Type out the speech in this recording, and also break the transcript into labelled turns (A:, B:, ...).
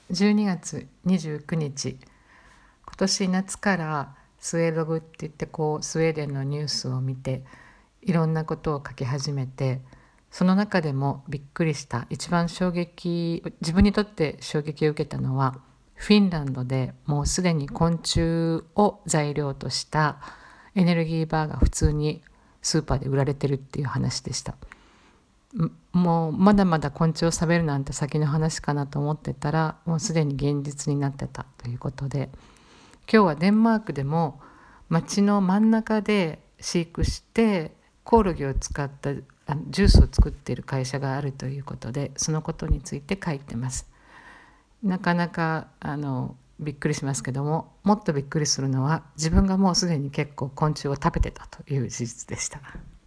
A: 12月29日、今年夏からスウェードグって言ってスウェーデンのニュースを見ていろんなことを書き始めて、その中でもびっくりした一番自分にとって衝撃を受けたのは、フィンランドでもうすでに昆虫を材料としたエネルギーバーが普通にスーパーで売られてるっていう話でした。もうまだまだ昆虫を食べるなんて先の話かなと思ってたら、もうすでに現実になってたということで、今日はデンマークでも街の真ん中で飼育してコオロギを使ったジュースを作っている会社があるということで、そのことについて書いてます。なかなかびっくりしますけども、もっとびっくりするのは自分がもうすでに結構昆虫を食べてたという事実でした。